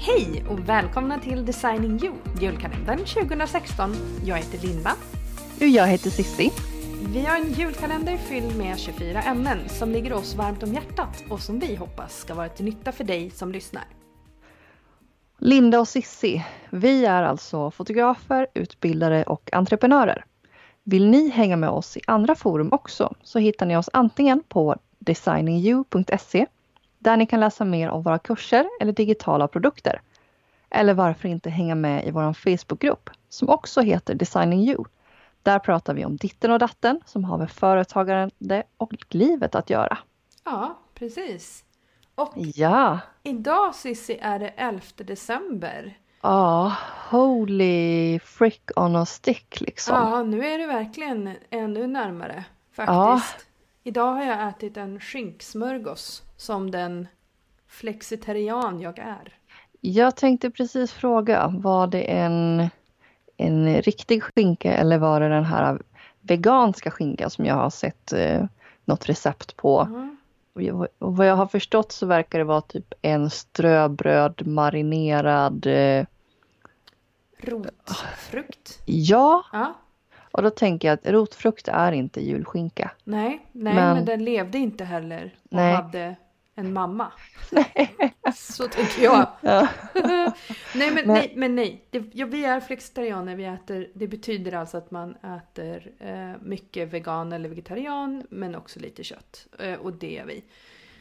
Hej och välkomna till Designing You, julkalendern 2016. Jag heter Linda. Jag heter Sissi. Vi har en julkalender fylld med 24 ämnen som ligger oss varmt om hjärtat och som vi hoppas ska vara till nytta för dig som lyssnar. Linda och Sissi, vi är alltså fotografer, utbildare och entreprenörer. Vill ni hänga med oss i andra forum också så hittar ni oss antingen på designingyou.se där ni kan läsa mer om våra kurser eller digitala produkter. Eller varför inte hänga med i vår Facebookgrupp som också heter Designing You. Där pratar vi om ditten och datten som har med företagande och livet att göra. Ja, precis. Och idag Sissi är det 11 december. Ja, holy frick on a stick liksom. Ja, nu är det verkligen ännu närmare faktiskt. Ja. Idag har jag ätit en skinksmörgås som den flexitarian jag är. Jag tänkte precis fråga, var det en riktig skinka eller var det den här veganska skinkan som jag har sett något recept på? Mm. Och vad jag har förstått så verkar det vara typ en ströbröd marinerad rotfrukt. Ja. Och då tänker jag att rotfrukt är inte julskinka. Nej, men den levde inte heller och hade en mamma. Så tänker jag. Ja. nej. Vi är flexitarianer. Det betyder alltså att man äter mycket vegan eller vegetarian men också lite kött. Och det är vi.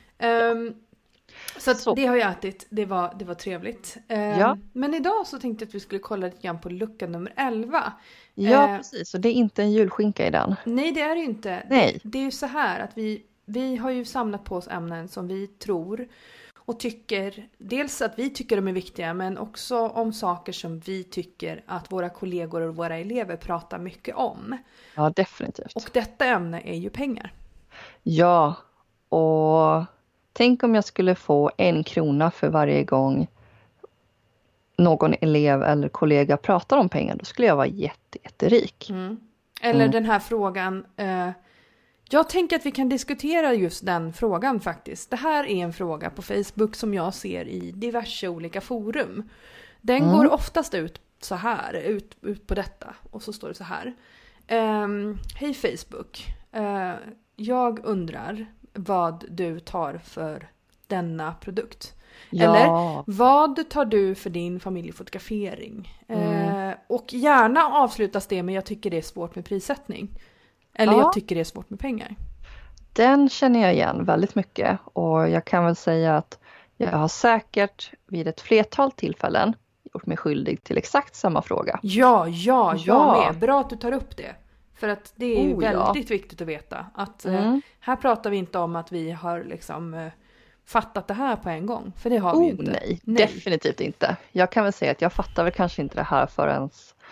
Så det har jag ätit. Det var trevligt. Men idag så tänkte jag att vi skulle kolla lite grann på lucka nummer 11. Ja, precis. Och det är inte en julskinka i den. Nej, det är det ju inte. Nej. Det är ju så här att vi har ju samlat på oss ämnen som vi tror och tycker, dels att vi tycker de är viktiga men också om saker som vi tycker att våra kollegor och våra elever pratar mycket om. Ja, definitivt. Och detta ämne är ju pengar. Ja, och tänk om jag skulle få 1 krona för varje gång någon elev eller kollega pratar om pengar. Då skulle jag vara jätterik. Mm. Eller den här frågan. Jag tänker att vi kan diskutera just den frågan faktiskt. Det här är en fråga på Facebook som jag ser i diverse olika forum. Den går oftast ut så här. Ut på detta. Och så står det så här. Hej Facebook. Jag undrar vad du tar för denna produkt. Ja. Eller vad tar du för din familjefotografering? Och gärna avslutas det med jag tycker det är svårt med prissättning. Eller jag tycker det är svårt med pengar. Den känner jag igen väldigt mycket. Och jag kan väl säga att jag har säkert vid ett flertal tillfällen gjort mig skyldig till exakt samma fråga. Ja, jag med. Bra att du tar upp det. För att det är väldigt viktigt att veta. Att här pratar vi inte om att vi har liksom fattat det här på en gång. För det har vi ju inte. Nej, definitivt inte. Jag kan väl säga att jag fattar väl kanske inte det här förrän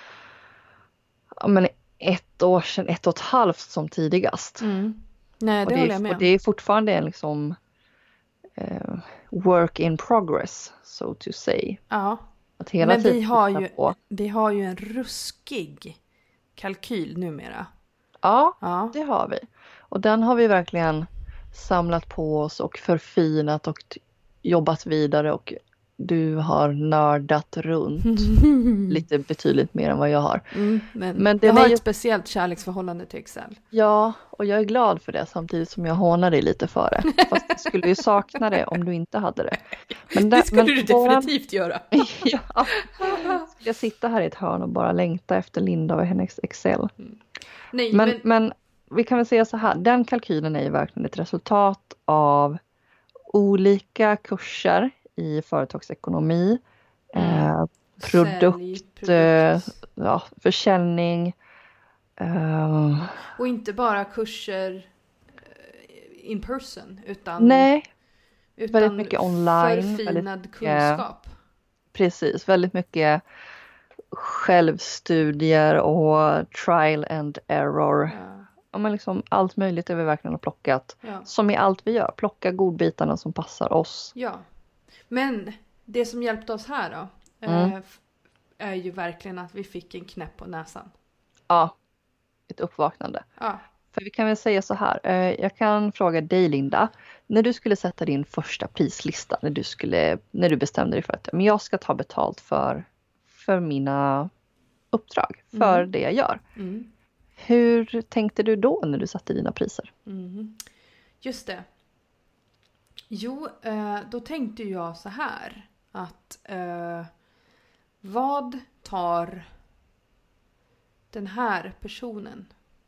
1 år sedan, 1,5 som tidigast. Nej, det håller jag med. Och det är fortfarande en liksom work in progress, so to say. Ja, att hela men vi har ju en ruskig kalkyl numera. Ja, det har vi. Och den har vi verkligen samlat på oss och förfinat och jobbat vidare och du har nördat runt lite betydligt mer än vad jag har. Men jag har ett speciellt kärleksförhållande till Excel. Ja, och jag är glad för det samtidigt som jag hånar dig lite för det. Fast jag skulle ju sakna det om du inte hade det. Det skulle du definitivt göra. Ja, jag sitter här i ett hörn och bara längta efter Linda och hennes Excel. Nej, men vi kan väl säga så här, den kalkylen är ju verkligen ett resultat av olika kurser i företagsekonomi, försäljning. Och inte bara kurser in person utan väldigt mycket online. Förfinad kunskap. Precis, väldigt mycket självstudier och trial and error. Men liksom allt möjligt är vi verkligen har plockat. Som i allt vi gör. Plocka godbitarna som passar oss. Ja. Men det som hjälpte oss här då. Är ju verkligen att vi fick en knäpp på näsan. Ja. Ett uppvaknande. Ja. vi kan väl säga så här. Jag kan fråga dig, Linda. När du skulle sätta din första prislista, när du bestämde dig för att men jag ska ta betalt för mina uppdrag, för det jag gör. Mm. Hur tänkte du då när du satte dina priser? Mm. Just det. Jo, då tänkte jag så här. Att vad tar den här personen?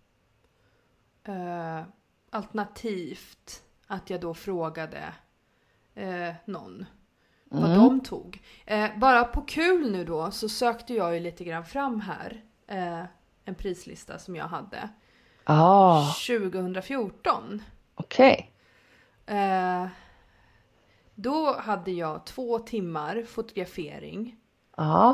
Alternativt att jag då frågade någon vad de tog. Bara på kul nu då så sökte jag ju lite grann fram här en prislista som jag hade 2014. Okej. Då hade jag 2 timmar fotografering. Ja.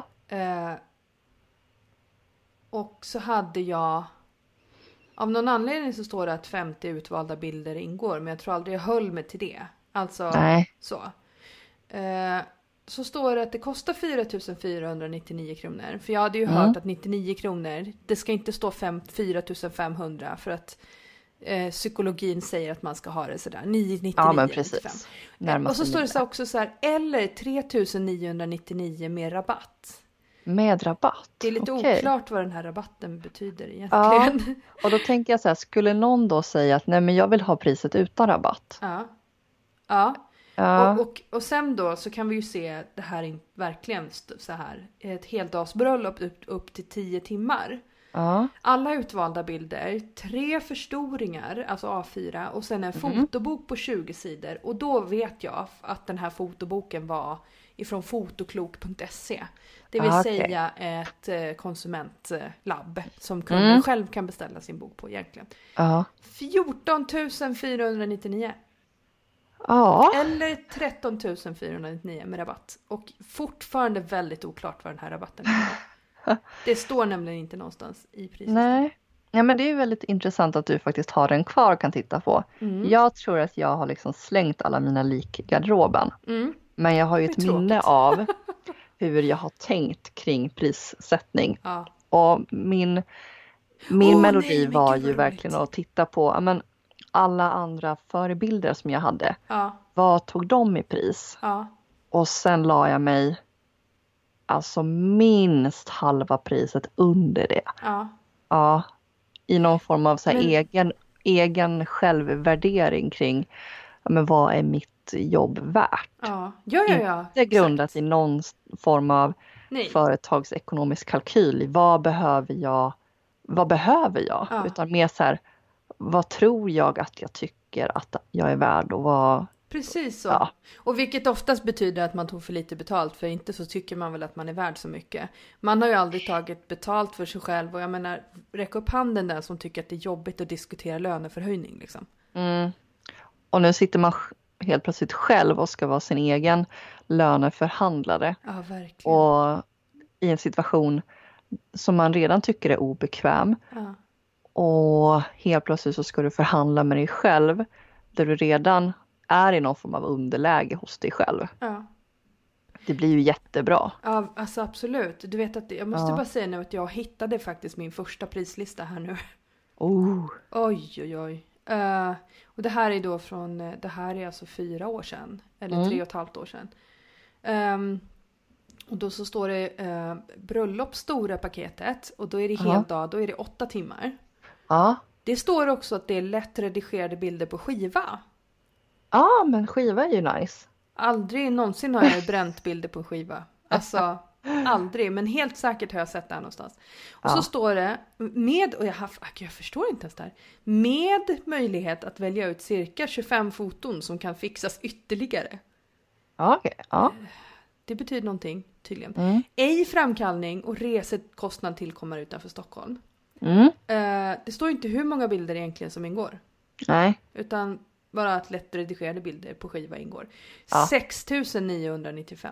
Och så hade jag, av någon anledning så står det att 50 utvalda bilder ingår, men jag tror aldrig jag höll mig till det. Alltså så. Så står det att det kostar 4 499 kronor. För jag hade ju hört att 99 kronor, det ska inte stå 4 500 för att psykologin säger att man ska ha det sådär 999. Ja, men precis. Och så står det så också så här, eller 3 999 med rabatt. Med rabatt? Det är lite oklart vad den här rabatten betyder egentligen. Ja, och då tänker jag så här, skulle någon då säga att nej men jag vill ha priset utan rabatt? Ja. Och sen då så kan vi ju se det här verkligen så här, ett heldagsbröllop upp till 10 timmar. Alla utvalda bilder, 3 förstoringar, alltså A4 och sen en fotobok på 20 sidor. Och då vet jag att den här fotoboken var ifrån fotoklok.se. Det vill säga ett konsumentlabb som kunden själv kan beställa sin bok på egentligen. 14 499. Eller 13 499 med rabatt. Och fortfarande väldigt oklart vad den här rabatten är. Det står nämligen inte någonstans i priset. Nej. Ja, men det är ju väldigt intressant att du faktiskt har den kvar och kan titta på. Jag tror att jag har liksom slängt alla mina lik i garderoben. Men jag har ju ett minne av hur jag har tänkt kring prissättning. Och min melodi var ju verkligen att titta på alla andra förebilder som jag hade. Vad tog de i pris? Och sen la jag mig alltså minst halva priset under det. I någon form av så här egen självvärdering kring vad är mitt jobb värt? Inte grundat i någon form av företagsekonomisk kalkyl. Vad behöver jag? Utan mer så här, vad tror jag att jag tycker att jag är värd och vad... Precis så. Ja. Och vilket oftast betyder att man tog för lite betalt, för inte så tycker man väl att man är värd så mycket. Man har ju aldrig tagit betalt för sig själv, och jag menar, räck upp handen där som tycker att det är jobbigt att diskutera löneförhöjning liksom. Och nu sitter man helt plötsligt själv och ska vara sin egen löneförhandlare. Ja, verkligen. Och i en situation som man redan tycker är obekväm. Och helt plötsligt så ska du förhandla med dig själv, där du redan är i någon form av underläge hos dig själv. Det blir ju jättebra. Ja, alltså absolut. Du vet att jag måste bara säga nu att jag hittade faktiskt min första prislista här nu. Oj. Och det här är då det här är alltså 4 år sedan. Eller 3,5 år sedan. Och då så står det bröllop stora paketet. Och då är det heldag, då är det 8 timmar. Det står också att det är lätt redigerade bilder på skiva. Men skiva är ju nice. Aldrig någonsin har jag bränt bilder på skiva. Alltså, aldrig. Men helt säkert har jag sett det här någonstans. Och så står det jag förstår inte ens det här. Med möjlighet att välja ut cirka 25 foton som kan fixas ytterligare. Det betyder någonting, tydligen. Ej framkallning och resekostnad tillkommer utanför Stockholm. Det står inte hur många bilder egentligen som ingår. Nej. Utan bara att lätt redigerade bilder på skiva ingår. 6 995.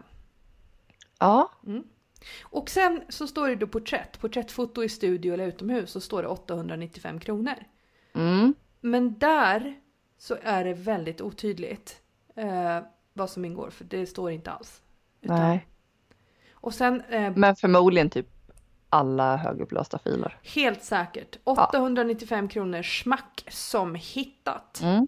Och sen så står det då porträttfoto i studio eller utomhus, så står det 895 kronor. Men där så är det väldigt otydligt vad som ingår, för det står inte alls. Nej. Och sen, men förmodligen typ alla högupplösta filer. Helt säkert. 895 kronor smack som hittat. Mm.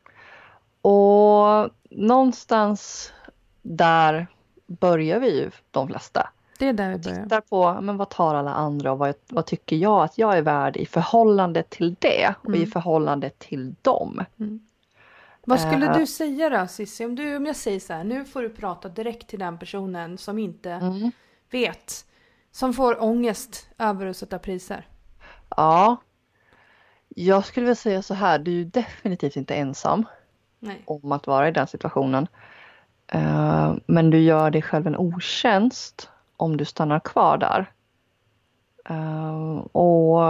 Och någonstans där börjar vi ju de flesta. Det är där vi börjar. Tittar på, men vad tar alla andra och vad tycker jag att jag är värd i förhållande till det och i förhållande till dem. Mm. Vad skulle du säga då, Cissi? Om jag säger så här, nu får du prata direkt till den personen som inte vet. Som får ångest över att sätta priser. Ja, jag skulle väl säga så här, du är ju definitivt inte ensam om att vara i den situationen. Men du gör dig själv en otjänst om du stannar kvar där. Och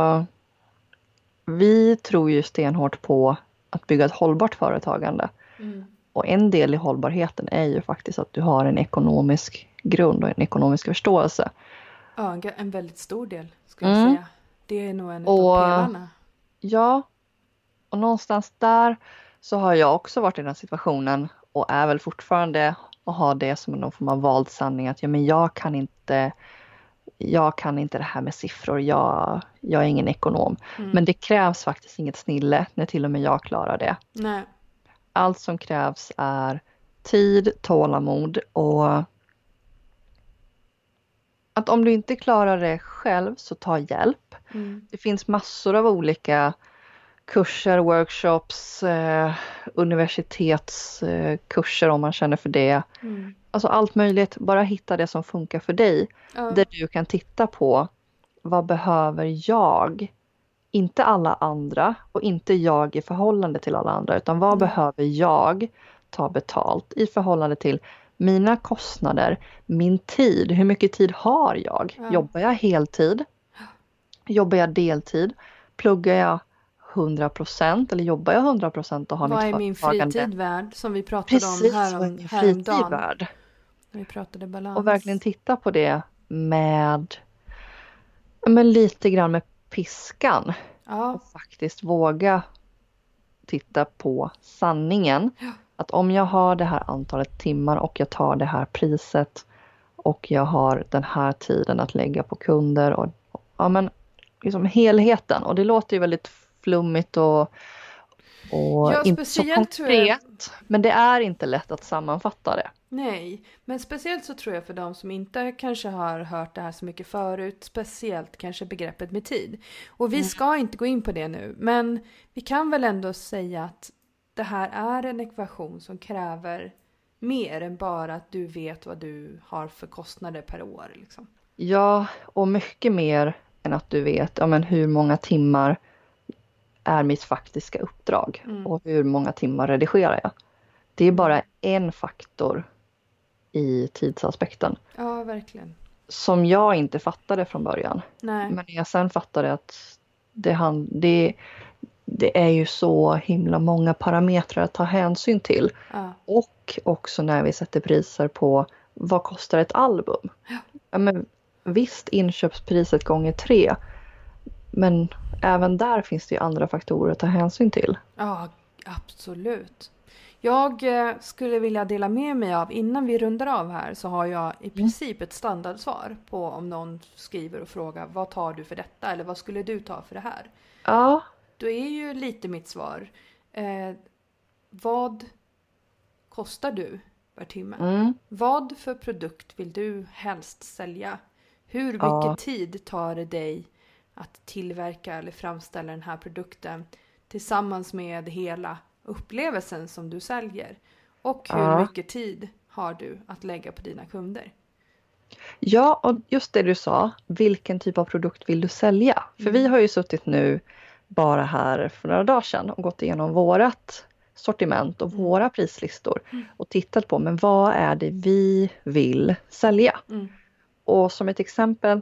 vi tror ju stenhårt på att bygga ett hållbart företagande. Och en del i hållbarheten är ju faktiskt att du har en ekonomisk grund och en ekonomisk förståelse. Ja, en väldigt stor del skulle jag säga. Det är nog en av pelarna. Ja, och någonstans där så har jag också varit i den situationen och är väl fortfarande och har det som någon form av vald sanning att men jag kan inte det här med siffror, jag är ingen ekonom. Men det krävs faktiskt inget snille när till och med jag klarar det. Nej. Allt som krävs är tid, tålamod och att om du inte klarar det själv så ta hjälp. Det finns massor av olika kurser, workshops, universitetskurser om man känner för det. Alltså allt möjligt, bara hitta det som funkar för dig. Där du kan titta på vad behöver jag? Inte alla andra och inte jag i förhållande till alla andra utan vad behöver jag ta betalt i förhållande till mina kostnader, min tid, hur mycket tid har jag? Jobbar jag heltid? Jobbar jag deltid? Pluggar jag 100% eller jobbar jag 100% och har vad mitt är min fritid värd som vi pratade om häromdagen? Vi pratade balans. Och verkligen titta på det med lite grann med piskan. Och faktiskt våga titta på sanningen. Att om jag har det här antalet timmar och jag tar det här priset och jag har den här tiden att lägga på kunder och liksom helheten. Och det låter ju väldigt flummigt och inte så konkret. Men det är inte lätt att sammanfatta det. Nej, men speciellt så tror jag för de som inte kanske har hört det här så mycket förut, speciellt kanske begreppet med tid. Och vi ska inte gå in på det nu, men vi kan väl ändå säga att det här är en ekvation som kräver mer än bara att du vet vad du har för kostnader per år. Liksom. Ja, och mycket mer än att du vet hur många timmar är mitt faktiska uppdrag och hur många timmar redigerar jag. Det är bara en faktor i tidsaspekten. Ja, verkligen. Som jag inte fattade från början. Nej. Men jag sen fattade att det är ju så himla många parametrar att ta hänsyn till. Ja. Och också när vi sätter priser på vad kostar ett album. Ja, men visst, inköpspriset gånger 3. Men även där finns det ju andra faktorer att ta hänsyn till. Ja, absolut. Jag skulle vilja dela med mig av, innan vi rundar av här så har jag i princip ett standardsvar på om någon skriver och frågar vad tar du för detta eller vad skulle du ta för det här? Ja. Då är ju lite mitt svar. Vad kostar du per timme? Vad för produkt vill du helst sälja? Hur mycket tid tar det dig att tillverka eller framställa den här produkten tillsammans med hela upplevelsen som du säljer? Och hur mycket tid har du att lägga på dina kunder? Ja, och just det du sa, vilken typ av produkt vill du sälja? För vi har ju suttit nu bara här för några dagar sedan och gått igenom vårat sortiment och våra prislistor och tittat på men vad är det vi vill sälja? Och som ett exempel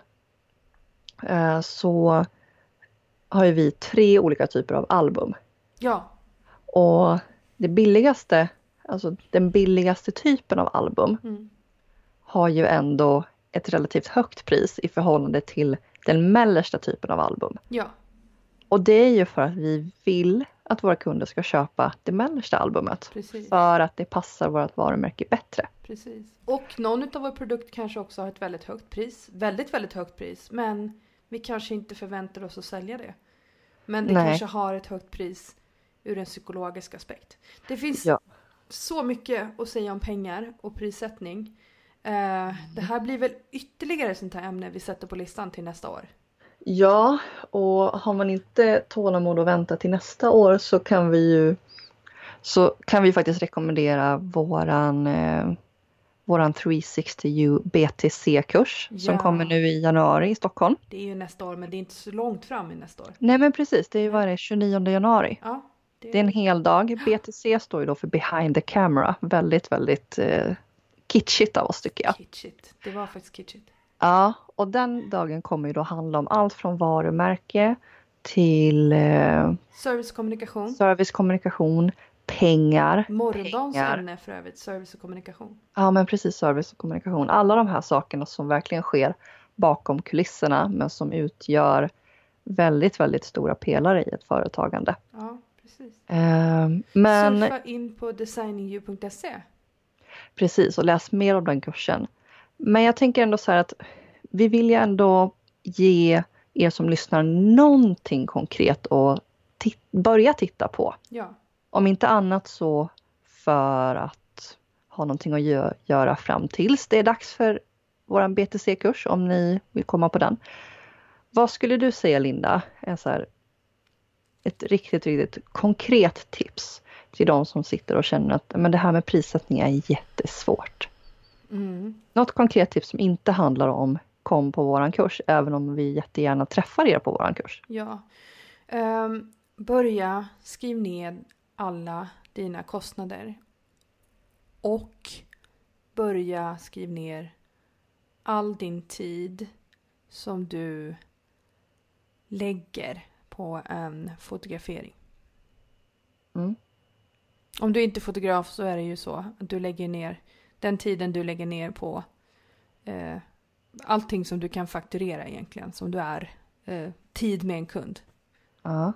så har ju vi 3 olika typer av album. Ja. Och det billigaste, alltså den billigaste typen av album har ju ändå ett relativt högt pris i förhållande till den mellersta typen av album. Ja. Och det är ju för att vi vill att våra kunder ska köpa det mellersta albumet. Precis. För att det passar vårt varumärke bättre. Precis. Och någon av våra produkter kanske också har ett väldigt högt pris. Väldigt, väldigt högt pris. Men vi kanske inte förväntar oss att sälja det. Men det kanske har ett högt pris ur en psykologisk aspekt. Det finns så mycket att säga om pengar och prissättning. Det här blir väl ytterligare ett sånt här ämne vi sätter på listan till nästa år. Ja, och har man inte tålamod att vänta till nästa år så kan vi faktiskt rekommendera våran 360U BTC-kurs som kommer nu i januari i Stockholm. Det är ju nästa år, men det är inte så långt fram i nästa år. Nej, men precis. Det är ju 29 januari. Ja, det är en hel dag. BTC står ju då för behind the camera. Väldigt, väldigt kitschigt av oss tycker jag. Kitschigt. Det var faktiskt kitschigt. Ja, och den dagen kommer ju då handla om allt från varumärke till servicekommunikation, pengar. Morgondagens ämne för övrigt, service och kommunikation. Ja, men precis, service och kommunikation. Alla de här sakerna som verkligen sker bakom kulisserna men som utgör väldigt, väldigt stora pelare i ett företagande. Ja, precis. Surfa in på designingyou.se. Precis, och läs mer om den kursen. Men jag tänker ändå så här att vi vill ju ändå ge er som lyssnar någonting konkret att börja titta på. Ja. Om inte annat så för att ha någonting att göra fram tills det är dags för våran BTC-kurs om ni vill komma på den. Vad skulle du säga, Linda? Ett riktigt, riktigt konkret tips till de som sitter och känner att men det här med prissättning är jättesvårt. Något konkret tips som inte handlar om kom på våran kurs, även om vi jättegärna träffar er på våran kurs. Ja. Börja skriv ner alla dina kostnader. Och börja skriv ner all din tid som du lägger på en fotografering. Om du inte är fotograf så är det ju så att du lägger ner den tiden du lägger ner på allting som du kan fakturera egentligen. Som du är tid med en kund. Ja.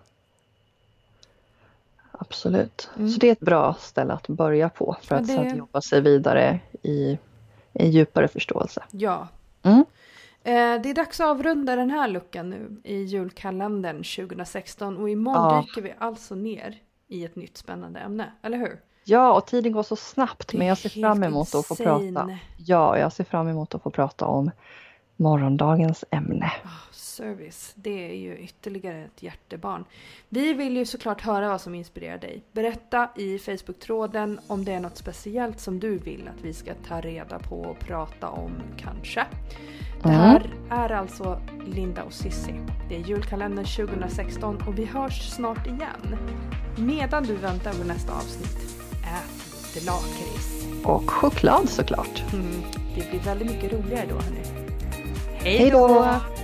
Absolut. Så det är ett bra ställe att börja på för att sedan jobba sig vidare i en djupare förståelse. Ja. Det är dags att avrunda den här luckan nu i julkalendern 2016 och imorgon dyker vi alltså ner i ett nytt spännande ämne, eller hur? Ja, och tiden går så snabbt men jag ser fram emot att få prata. Ja, jag ser fram emot att få prata om morgondagens ämne. Service, det är ju ytterligare ett hjärtebarn. Vi vill ju såklart höra vad som inspirerar dig. Berätta i Facebook-tråden om det är något speciellt som du vill att vi ska ta reda på och prata om kanske. Det här är alltså Linda och Sissi. Det är julkalendern 2016 och vi hörs snart igen. Medan du väntar på nästa avsnitt, ät lite lakrits. Och choklad såklart. Det blir väldigt mycket roligare då, hörni. Hej då!